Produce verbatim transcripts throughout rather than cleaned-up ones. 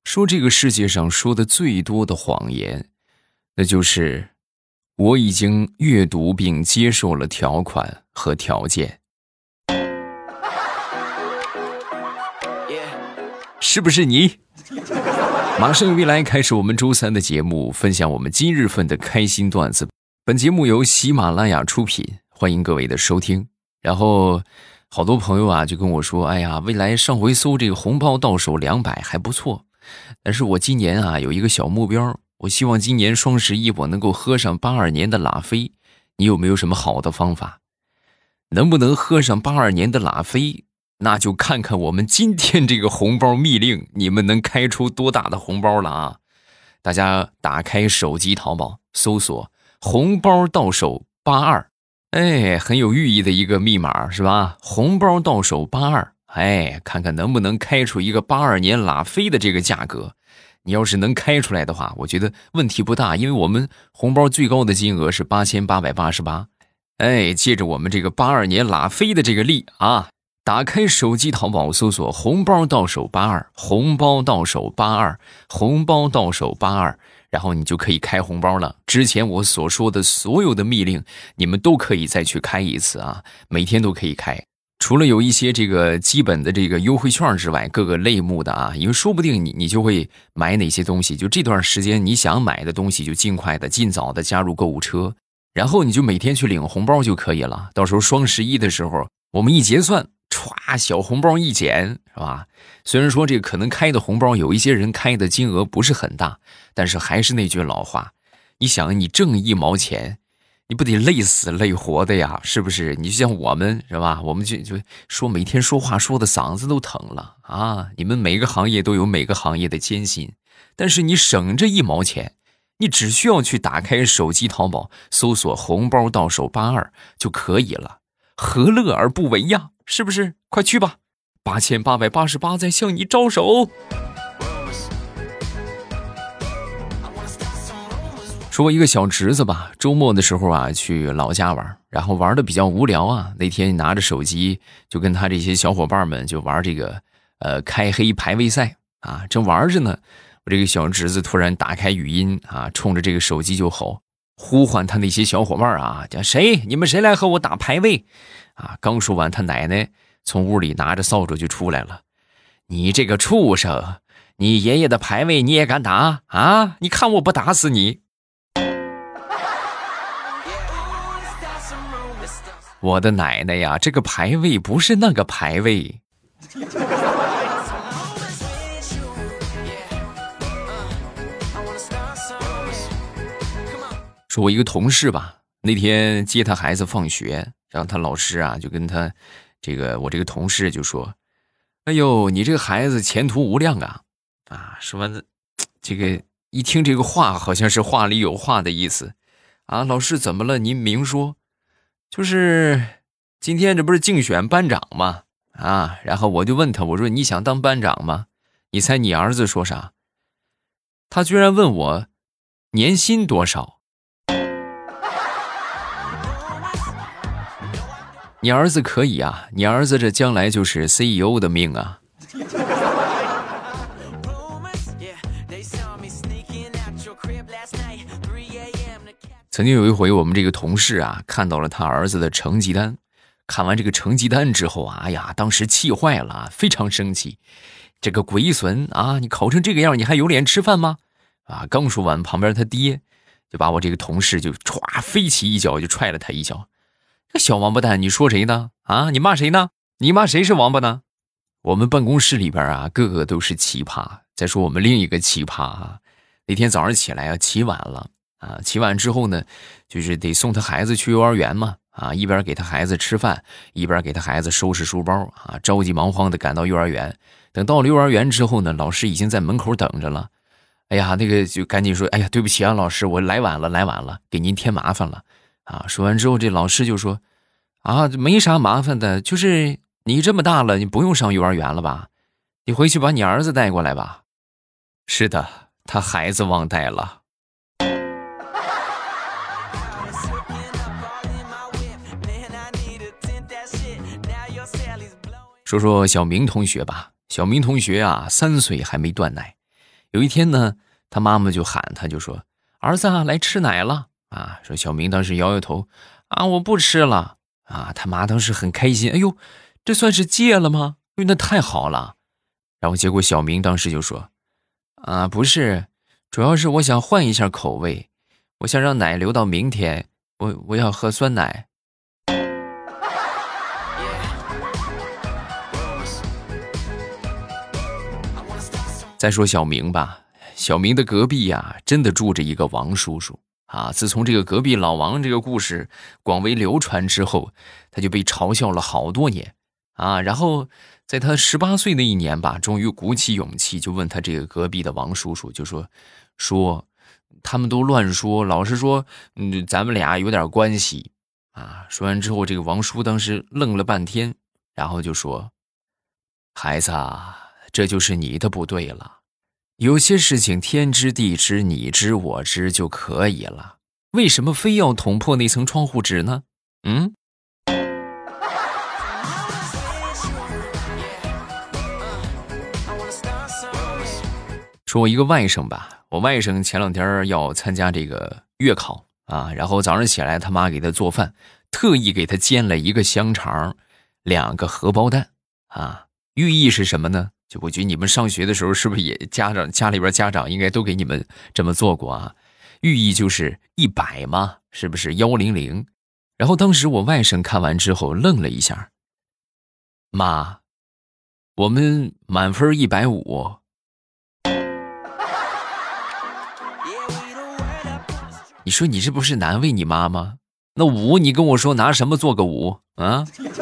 说这个世界上说的最多的谎言，那就是我已经阅读并接受了条款和条件。是不是你？马上由未来开始我们周三的节目，分享我们今日份的开心段子。本节目由喜马拉雅出品，欢迎各位的收听。然后好多朋友啊就跟我说，哎呀，未来上回搜这个红包到手两百还不错，但是我今年啊有一个小目标，我希望今年双十一我能够喝上八二年的拉菲，你有没有什么好的方法？能不能喝上八二年的拉菲，那就看看我们今天这个红包密令，你们能开出多大的红包了啊！大家打开手机淘宝，搜索红包到手八二，哎，很有寓意的一个密码是吧？红包到手八二，哎，看看能不能开出一个八二年拉菲的这个价格。你要是能开出来的话，我觉得问题不大，因为我们红包最高的金额是八千八百八十八。哎，借着我们这个八二年拉菲的这个力啊，打开手机淘宝搜索红包到手八二，红包到手八二，红包到手八二，然后你就可以开红包了。之前我所说的所有的密令，你们都可以再去开一次啊，每天都可以开。除了有一些这个基本的这个优惠券之外，各个类目的啊，因为说不定你你就会买哪些东西，就这段时间你想买的东西就尽快的尽早的加入购物车，然后你就每天去领红包就可以了。到时候双十一的时候我们一结算，歘，小红包一捡，是吧？虽然说这个可能开的红包有一些人开的金额不是很大，但是还是那句老话，你想你挣一毛钱，你不得累死累活的呀，是不是？你就像我们是吧？我们就就说每天说话说的嗓子都疼了啊！你们每个行业都有每个行业的艰辛，但是你省这一毛钱，你只需要去打开手机淘宝，搜索红包到手八二就可以了，何乐而不为呀？是不是？快去吧，八千八百八十八在向你招手。说我一个小侄子吧，周末的时候啊去老家玩，然后玩的比较无聊啊，那天拿着手机就跟他这些小伙伴们就玩这个呃开黑排位赛啊，正玩着呢，我这个小侄子突然打开语音啊，冲着这个手机就吼，呼唤他那些小伙伴啊，讲谁？你们谁来和我打排位啊？刚说完，他奶奶从屋里拿着扫帚就出来了。你这个畜生，你爷爷的排位你也敢打啊？你看我不打死你！我的奶奶呀，这个排位不是那个排位。说我一个同事吧，那天接他孩子放学，然后他老师啊就跟他这个我这个同事就说，哎呦，你这个孩子前途无量啊！啊，说完这个一听这个话好像是话里有话的意思啊。老师怎么了？您明说。就是今天这不是竞选班长吗？啊，然后我就问他，我说你想当班长吗？你猜你儿子说啥？他居然问我年薪多少。你儿子可以啊，你儿子这将来就是 C E O 的命啊。曾经有一回我们这个同事啊看到了他儿子的成绩单，看完这个成绩单之后啊，哎呀，当时气坏了，非常生气，这个鬼孙啊，你考成这个样你还有脸吃饭吗？啊，刚说完，旁边他爹就把我这个同事就歘飞起一脚就踹了他一脚。这小王八蛋，你说谁呢？啊，你骂谁呢？你骂谁是王八呢？我们办公室里边啊个个都是奇葩。再说我们另一个奇葩啊，那天早上起来啊起晚了啊，起晚之后呢就是得送他孩子去幼儿园嘛啊，一边给他孩子吃饭，一边给他孩子收拾书包啊，着急忙慌的赶到幼儿园。等到了幼儿园之后呢，老师已经在门口等着了。哎呀，那个就赶紧说，哎呀，对不起啊，老师，我来晚了，来晚了，给您添麻烦了啊。说完之后，这老师就说，啊，没啥麻烦的，就是你这么大了，你不用上幼儿园了吧？你回去把你儿子带过来吧。是的，他孩子忘带了。说说小明同学吧，小明同学啊，三岁还没断奶。 有一天呢，他妈妈就喊他，就说：“儿子啊，来吃奶了啊！”说小明当时摇摇头，啊，我不吃了啊。他妈当时很开心，哎呦，这算是戒了吗？哎，那太好了。然后结果小明当时就说：“啊，不是，主要是我想换一下口味，我想让奶留到明天，我我要喝酸奶。”再说小明吧，小明的隔壁呀、啊，真的住着一个王叔叔啊。自从这个隔壁老王这个故事广为流传之后，他就被嘲笑了好多年啊。然后在他十八岁那一年吧，终于鼓起勇气，就问他这个隔壁的王叔叔，就说说他们都乱说，老是说嗯咱们俩有点关系啊。说完之后，这个王叔当时愣了半天，然后就说：“孩子啊，这就是你的不对了。有些事情天知地知你知我知就可以了，为什么非要捅破那层窗户纸呢？嗯？”说我一个外甥吧，我外甥前两天要参加这个月考啊，然后早上起来他妈给他做饭，特意给他煎了一个香肠，两个荷包蛋啊，寓意是什么呢？就我觉得你们上学的时候是不是也家长家里边家长应该都给你们这么做过啊？寓意就是一百嘛，是不是幺零零？然后当时我外甥看完之后愣了一下，妈，我们满分一百五。你说你这不是难为你妈吗？那五你跟我说拿什么做个五啊？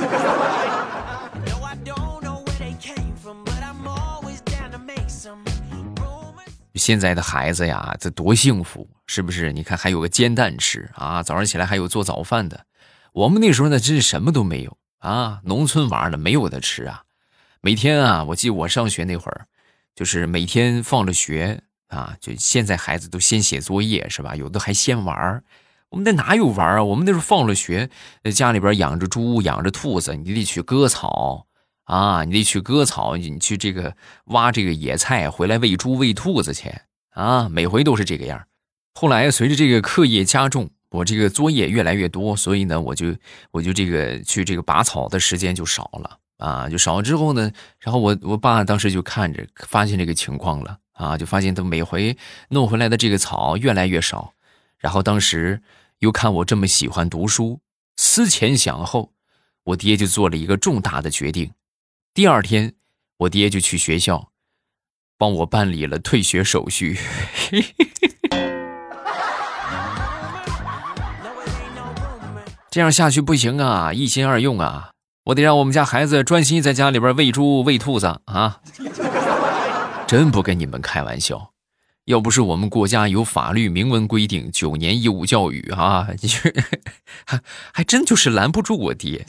现在的孩子呀，这多幸福，是不是？你看还有个煎蛋吃啊，早上起来还有做早饭的。我们那时候呢，真是什么都没有啊，农村玩的没有的吃啊。每天啊，我记得我上学那会儿，就是每天放了学啊，就现在孩子都先写作业是吧？有的还先玩，我们那哪有玩啊？我们那时候放了学，家里边养着猪，养着兔子，你得去割草。啊，你得去割草，你去这个挖这个野菜回来喂猪喂兔子去啊，每回都是这个样。后来随着这个课业加重，我这个作业越来越多，所以呢，我就我就这个去这个拔草的时间就少了啊，就少了之后呢，然后我我爸当时就看着发现这个情况了啊，就发现他每回弄回来的这个草越来越少，然后当时又看我这么喜欢读书，思前想后，我爹就做了一个重大的决定。第二天，我爹就去学校帮我办理了退学手续。这样下去不行啊，一心二用啊，我得让我们家孩子专心在家里边喂猪喂兔子啊！真不跟你们开玩笑，要不是我们国家有法律明文规定九年义务教育啊，还还真就是拦不住我爹。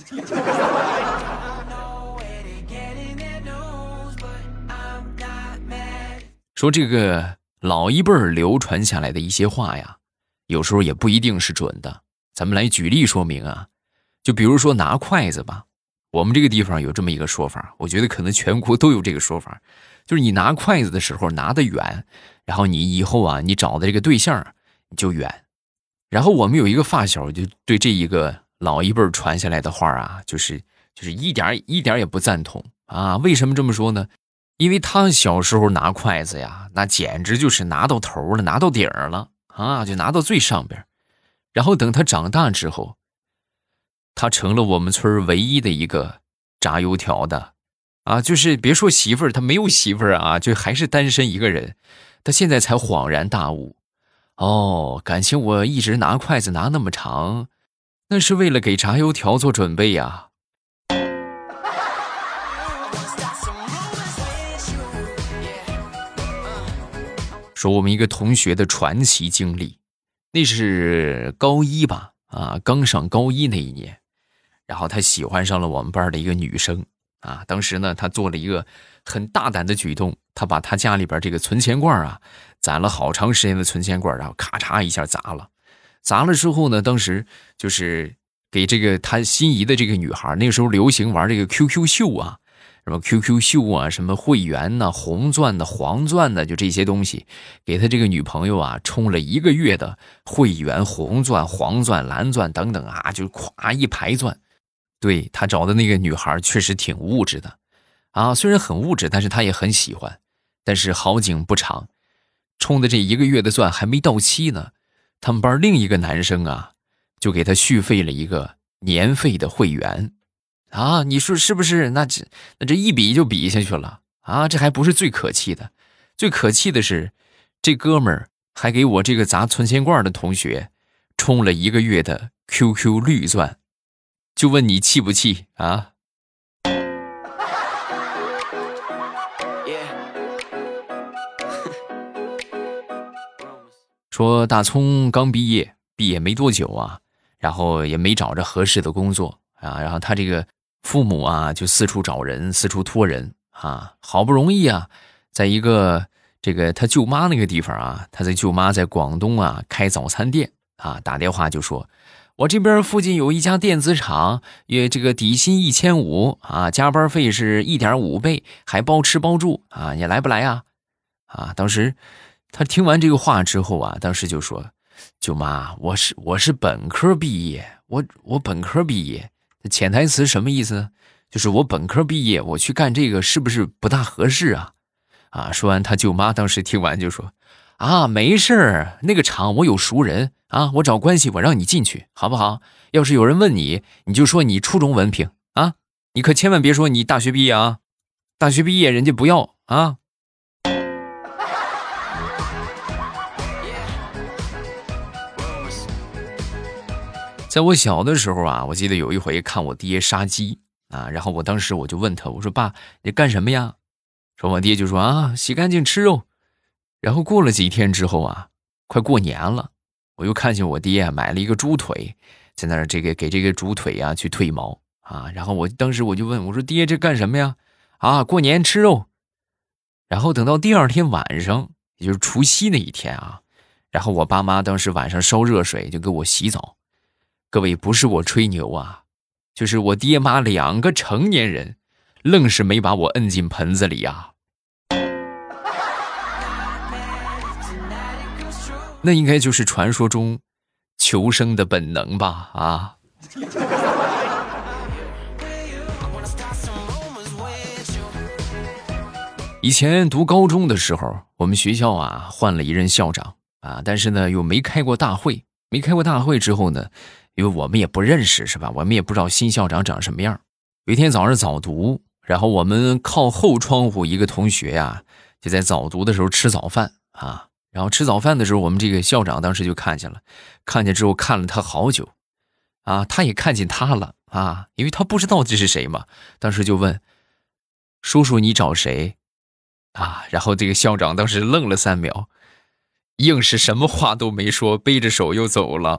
说这个老一辈儿流传下来的一些话呀，有时候也不一定是准的。咱们来举例说明啊，就比如说拿筷子吧，我们这个地方有这么一个说法，我觉得可能全国都有这个说法，就是你拿筷子的时候拿得远，然后你以后啊，你找的这个对象你就远。然后我们有一个发小就对这一个老一辈儿传下来的话啊，就是就是一点一点也不赞同啊。为什么这么说呢？因为他小时候拿筷子呀，那简直就是拿到头了，拿到顶儿了啊，就拿到最上边。然后等他长大之后，他成了我们村唯一的一个炸油条的啊，就是别说媳妇儿，他没有媳妇儿啊，就还是单身一个人。他现在才恍然大悟，哦，感情我一直拿筷子拿那么长，那是为了给炸油条做准备呀。说我们一个同学的传奇经历，那是高一吧，啊，刚上高一那一年，然后他喜欢上了我们班的一个女生啊。当时呢，他做了一个很大胆的举动，他把他家里边这个存钱罐啊，攒了好长时间的存钱罐，然后咔嚓一下砸了。砸了之后呢，当时就是给这个他心仪的这个女孩，那个时候流行玩这个 Q Q 秀啊， 什么 Q Q 秀啊，什么会员呐、啊、红钻的、黄钻的，就这些东西，给他这个女朋友啊充了一个月的会员、红钻、黄钻、蓝钻等等啊，就咵一排钻。对，他找的那个女孩确实挺物质的啊，虽然很物质，但是他也很喜欢。但是好景不长，充的这一个月的钻还没到期呢，他们班另一个男生啊，就给他续费了一个年费的会员。啊，你说是不是？那这那这一比就比下去了啊！这还不是最可气的，最可气的是，这哥们儿还给我这个砸存钱罐的同学充了一个月的 Q Q 绿钻，就问你气不气啊？说大葱刚毕业，毕业没多久啊，然后也没找着合适的工作啊，然后他这个父母啊就四处找人，四处托人啊，好不容易啊，在一个这个他舅妈那个地方啊，他的舅妈在广东啊开早餐店啊，打电话就说，我这边附近有一家电子厂，也这个底薪一千五啊，加班费是一点五倍，还包吃包住啊，你来不来啊？啊，当时他听完这个话之后啊，当时就说，舅妈，我是我是本科毕业，我我本科毕业。潜台词什么意思？就是我本科毕业，我去干这个是不是不大合适啊？啊！说完，他舅妈当时听完就说：“啊，没事儿，那个厂我有熟人啊，我找关系，我让你进去，好不好？要是有人问你，你就说你初中文凭啊，你可千万别说你大学毕业啊，大学毕业人家不要啊。”在我小的时候啊，我记得有一回看我爹杀鸡啊，然后我当时我就问他，我说爸，你干什么呀？说我爹就说啊，洗干净吃肉。然后过了几天之后啊，快过年了，我又看见我爹买了一个猪腿，在那儿这个给这个猪腿啊去褪毛啊，然后我当时我就问我说爹这干什么呀？啊，过年吃肉。然后等到第二天晚上，也就是除夕那一天啊，然后我爸妈当时晚上烧热水就给我洗澡。各位，不是我吹牛啊，就是我爹妈两个成年人愣是没把我摁进盆子里啊。那应该就是传说中求生的本能吧啊。以前读高中的时候，我们学校啊换了一任校长啊，但是呢又没开过大会，没开过大会之后呢，因为我们也不认识是吧，我们也不知道新校长长什么样。有一天早上早读，然后我们靠后窗户一个同学呀、啊，就在早读的时候吃早饭啊，然后吃早饭的时候，我们这个校长当时就看见了，看见之后看了他好久啊，他也看见他了啊，因为他不知道这是谁嘛，当时就问叔叔你找谁啊？然后这个校长当时愣了三秒，硬是什么话都没说，背着手又走了。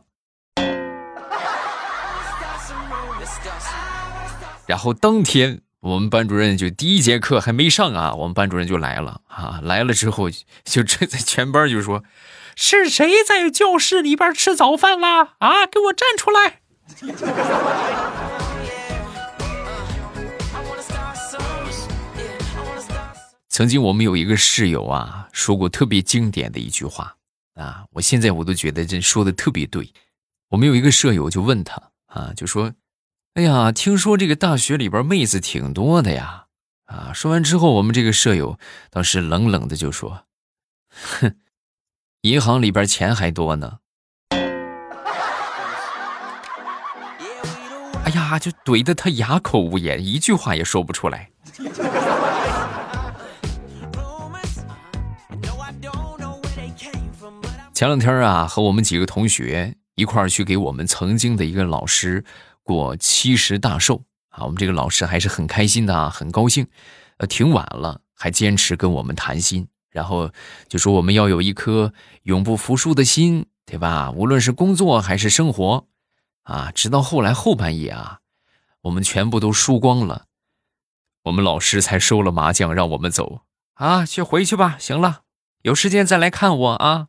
然后当天我们班主任就第一节课还没上啊，我们班主任就来了啊，来了之后就这在全班就说，是谁在教室里边吃早饭啦？啊，给我站出来！曾经我们有一个室友啊，说过特别经典的一句话啊，我现在我都觉得这说的特别对。我们有一个舍友就问他啊，就说，哎呀，听说这个大学里边妹子挺多的呀。啊，说完之后，我们这个舍友当时冷冷的就说，哼，银行里边钱还多呢。哎呀，就怼得他哑口无言，一句话也说不出来。前两天啊，和我们几个同学一块儿去给我们曾经的一个老师过七十大寿啊，我们这个老师还是很开心的啊，很高兴，呃，挺晚了还坚持跟我们谈心，然后就说我们要有一颗永不服输的心，对吧？无论是工作还是生活啊，直到后来后半夜啊，我们全部都输光了，我们老师才收了麻将让我们走啊，去回去吧，行了，有时间再来看我啊。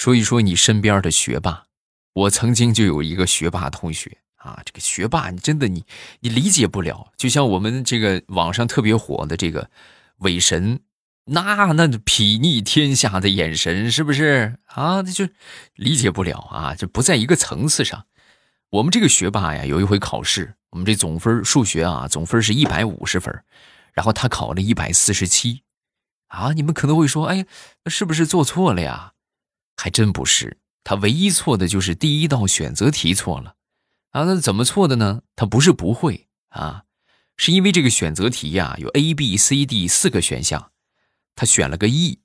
说一说你身边的学霸。我曾经就有一个学霸同学啊，这个学霸你真的你你理解不了，就像我们这个网上特别火的这个伪神，那那睥睨天下的眼神是不是啊？那就理解不了啊，就不在一个层次上。我们这个学霸呀，有一回考试，我们这总分数学啊，总分是一百五十分，然后他考了一百四十七啊。你们可能会说，哎，是不是做错了呀？还真不是。他唯一错的就是第一道选择题错了啊。那怎么错的呢？他不是不会啊，是因为这个选择题呀、啊、有 A B C D 四个选项，他选了个 E。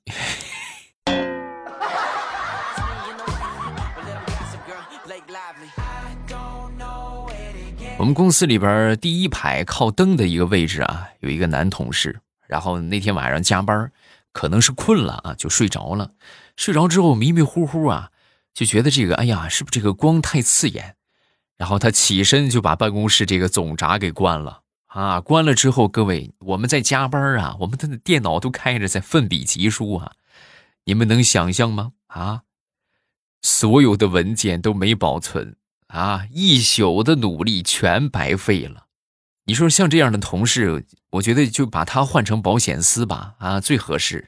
我们公司里边第一排靠灯的一个位置啊，有一个男同事，然后那天晚上加班可能是困了啊，就睡着了。睡着之后迷迷糊糊啊，就觉得这个哎呀，是不是这个光太刺眼？然后他起身就把办公室这个总闸给关了啊！关了之后，各位，我们在加班啊，我们的电脑都开着在奋笔疾书啊，你们能想象吗？啊，所有的文件都没保存啊，一宿的努力全白费了。你说像这样的同事，我觉得就把他换成保险丝吧，啊，最合适。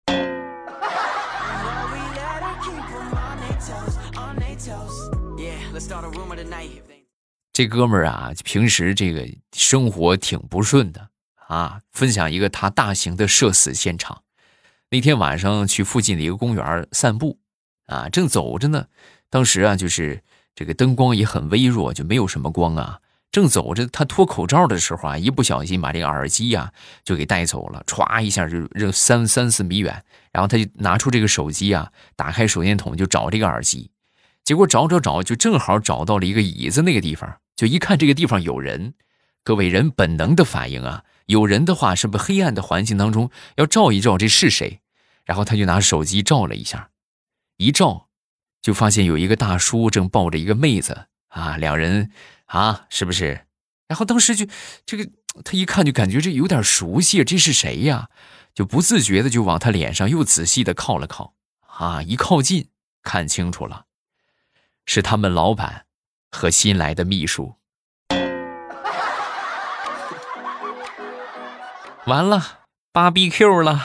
这哥们儿啊，平时这个生活挺不顺的啊。分享一个他大型的社死现场。那天晚上去附近的一个公园散步啊，正走着呢，当时啊就是这个灯光也很微弱，就没有什么光啊。正走着，他脱口罩的时候啊，一不小心把这个耳机啊就给带走了，歘一下就扔三三四米远。然后他就拿出这个手机啊，打开手电筒就找这个耳机，结果找找找就正好找到了一个椅子那个地方。就一看这个地方有人，各位人本能的反应啊，有人的话是不是黑暗的环境当中要照一照这是谁？然后他就拿手机照了一下，一照就发现有一个大叔正抱着一个妹子啊，两人啊，是不是？然后当时就这个他一看就感觉这有点熟悉，这是谁呀？就不自觉的就往他脸上又仔细的靠了靠啊，一靠近看清楚了，是他们老板和新来的秘书。完了 B B Q 了。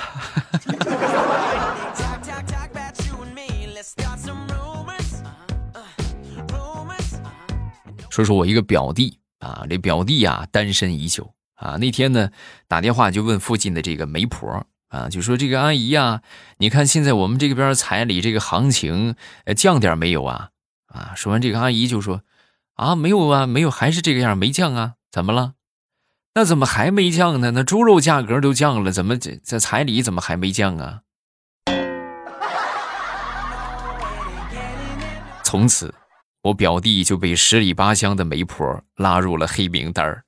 说说我一个表弟啊，这表弟啊单身已久啊，那天呢打电话就问附近的这个媒婆啊，就说这个阿姨啊，你看现在我们这边彩礼这个行情呃降点没有啊？啊，说完这个阿姨就说啊，没有啊，没有，还是这个样，没降啊，怎么了？那怎么还没降呢？那猪肉价格都降了，怎么这这彩礼怎么还没降啊？从此我表弟就被十里八乡的媒婆拉入了黑名单。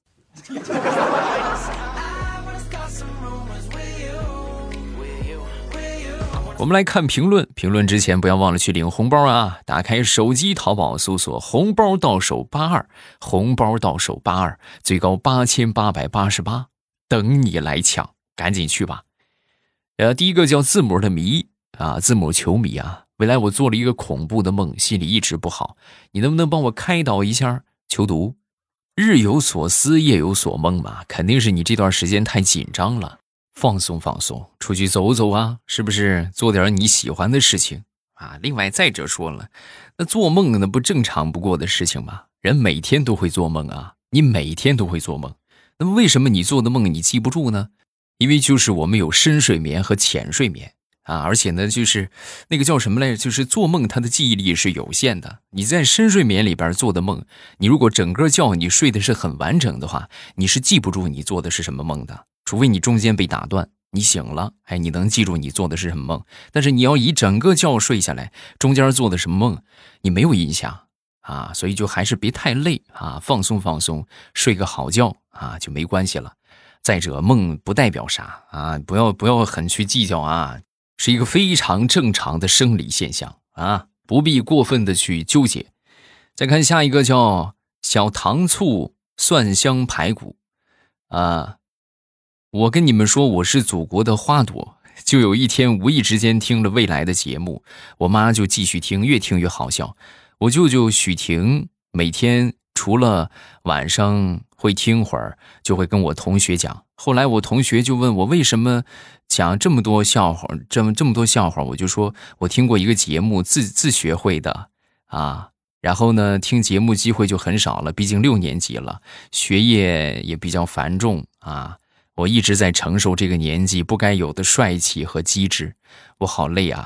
我们来看评论，评论之前不要忘了去领红包啊！打开手机淘宝搜索红包到手八二，红包到手八二，最高八千八百八十八，等你来抢，赶紧去吧。呃，第一个叫字母的迷啊，字母球迷啊，未来我做了一个恐怖的梦，心里一直不好，你能不能帮我开导一下？求读。日有所思，夜有所梦嘛，肯定是你这段时间太紧张了。放松放松，出去走走啊，是不是做点你喜欢的事情啊？另外再者说了，那做梦那不正常不过的事情吗？人每天都会做梦啊，你每天都会做梦，那么为什么你做的梦你记不住呢？因为就是我们有深睡眠和浅睡眠啊，而且呢就是那个叫什么来着，就是做梦它的记忆力是有限的。你在深睡眠里边做的梦，你如果整个觉你睡的是很完整的话，你是记不住你做的是什么梦的，除非你中间被打断，你醒了，哎，你能记住你做的是什么梦。但是你要以整个觉睡下来，中间做的什么梦你没有印象啊，所以就还是别太累啊，放松放松，睡个好觉啊就没关系了。再者，梦不代表啥啊，不要不要很去计较啊，是一个非常正常的生理现象啊，不必过分的去纠结。再看下一个叫小糖醋蒜香排骨啊，我跟你们说我是祖国的花朵， 就有一天无意之间听了未来的节目，我妈就继续听，越听越好笑。我舅舅许婷每天除了晚上会听会儿，就会跟我同学讲。后来我同学就问我为什么讲这么多笑话，这么这么多笑话，我就说我听过一个节目，自自学会的啊。然后呢，听节目机会就很少了，毕竟六年级了，学业也比较繁重啊。我一直在承受这个年纪不该有的帅气和机智，我好累啊。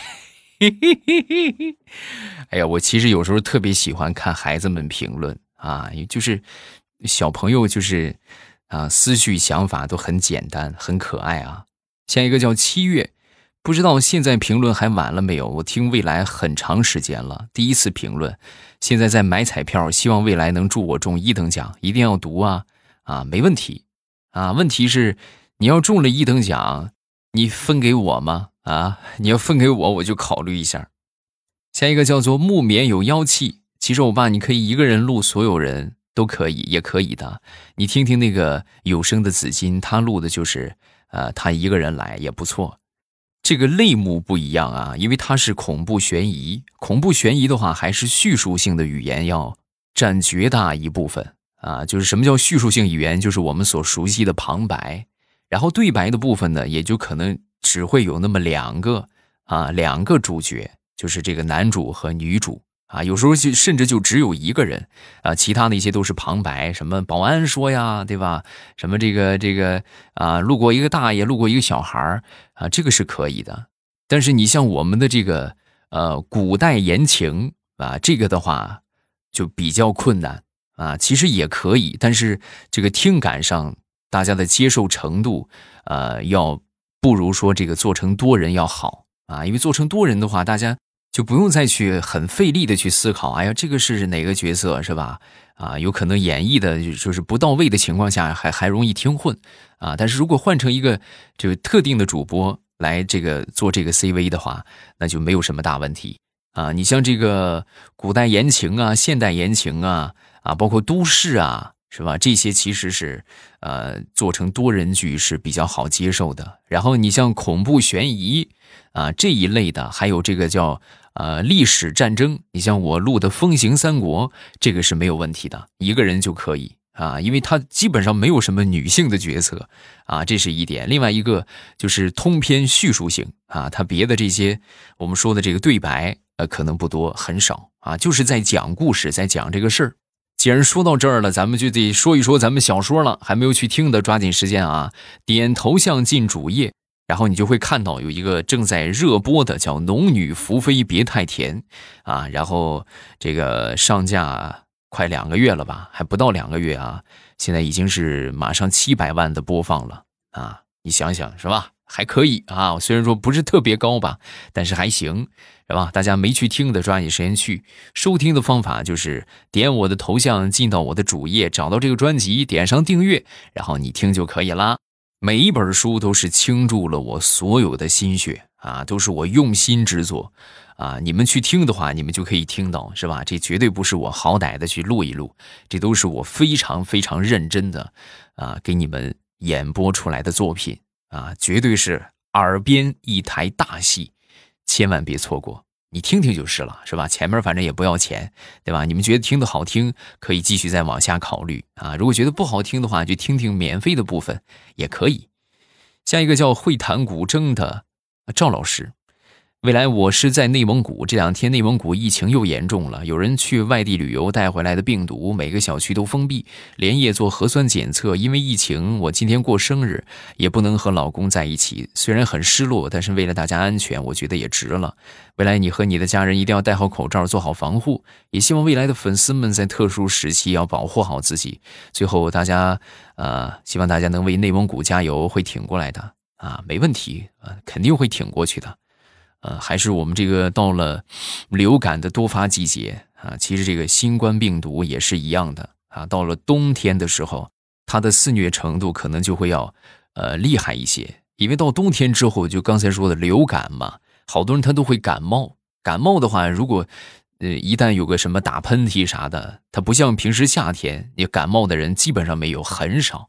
哎呀，我其实有时候特别喜欢看孩子们评论啊，就是小朋友就是啊，思绪想法都很简单，很可爱啊。下一个叫七月，不知道现在评论还晚了没有？我听未来很长时间了，第一次评论，现在在买彩票，希望未来能祝我中一等奖，一定要读啊啊，没问题啊。问题是你要中了一等奖，你分给我吗？啊，你要分给我，我就考虑一下。下一个叫做木棉有妖气，其实我爸你可以一个人录所有人都可以，也可以的。你听听那个有声的紫金，他录的就是呃他一个人来也不错。这个类目不一样啊，因为它是恐怖悬疑，恐怖悬疑的话还是叙述性的语言要占绝大一部分啊。就是什么叫叙述性语言，就是我们所熟悉的旁白，然后对白的部分呢，也就可能只会有那么两个啊，两个主角，就是这个男主和女主啊，有时候就甚至就只有一个人啊，其他的一些都是旁白，什么保安说呀，对吧？什么这个这个啊，路过一个大爷，路过一个小孩啊，这个是可以的。但是你像我们的这个呃古代言情啊，这个的话就比较困难啊，其实也可以，但是这个听感上大家的接受程度呃要不如说这个做成多人要好啊，因为做成多人的话，大家就不用再去很费力的去思考，哎呀，这个是哪个角色是吧？啊，有可能演绎的就是不到位的情况下，还还容易听混啊。但是如果换成一个这个特定的主播来这个做这个 C V 的话，那就没有什么大问题啊。你像这个古代言情啊、现代言情啊啊，包括都市啊，是吧？这些其实是呃做成多人剧是比较好接受的。然后你像恐怖悬疑啊这一类的，还有这个叫呃历史战争，你像我录的《风行三国》，这个是没有问题的，一个人就可以啊，因为它基本上没有什么女性的角色啊，这是一点。另外一个就是通篇叙述性啊，它别的这些我们说的这个对白呃可能不多，很少啊，就是在讲故事，在讲这个事儿。既然说到这儿了，咱们就得说一说咱们小说了，还没有去听的抓紧时间啊，点头像进主页，然后你就会看到有一个正在热播的叫《农女福妃别太甜》啊，然后这个上架快两个月了吧，还不到两个月啊，现在已经是马上七百万的播放了啊，你想想是吧？还可以啊，虽然说不是特别高吧，但是还行，是吧？大家没去听的抓紧时间去收听的方法就是点我的头像进到我的主页，找到这个专辑，点上订阅，然后你听就可以啦。每一本书都是倾注了我所有的心血啊，都是我用心之作啊。你们去听的话，你们就可以听到，是吧？这绝对不是我好歹的去录一录，这都是我非常非常认真的啊，给你们演播出来的作品啊，绝对是耳边一台大戏，千万别错过。你听听就是了，是吧？前面反正也不要钱，对吧？你们觉得听得好听，可以继续再往下考虑啊。如果觉得不好听的话，就听听免费的部分也可以。下一个叫会弹古筝的赵老师，未来我是在内蒙古，这两天内蒙古疫情又严重了，有人去外地旅游带回来的病毒，每个小区都封闭，连夜做核酸检测。因为疫情，我今天过生日，也不能和老公在一起，虽然很失落，但是为了大家安全，我觉得也值了。未来你和你的家人一定要戴好口罩，做好防护，也希望未来的粉丝们在特殊时期要保护好自己。最后大家呃，希望大家能为内蒙古加油，会挺过来的啊，没问题啊，肯定会挺过去的。呃，还是我们这个到了流感的多发季节啊，其实这个新冠病毒也是一样的啊，到了冬天的时候，它的肆虐程度可能就会要呃厉害一些，因为到冬天之后，就刚才说的流感嘛，好多人他都会感冒，感冒的话，如果呃一旦有个什么打喷嚏啥的，它不像平时夏天，你感冒的人基本上没有，很少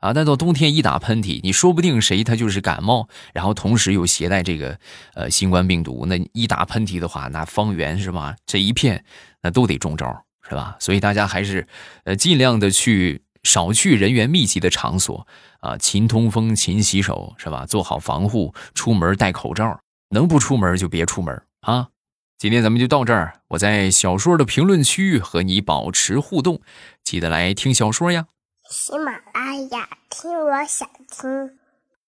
啊，但到冬天一打喷嚏，你说不定谁他就是感冒，然后同时又携带这个呃新冠病毒，那一打喷嚏的话，那方圆是吧，这一片那都得中招，是吧？所以大家还是呃尽量的去少去人员密集的场所啊，勤通风、勤洗手，是吧？做好防护，出门戴口罩，能不出门就别出门啊。今天咱们就到这儿，我在小说的评论区和你保持互动，记得来听小说呀。 喜马拉雅，听我想听。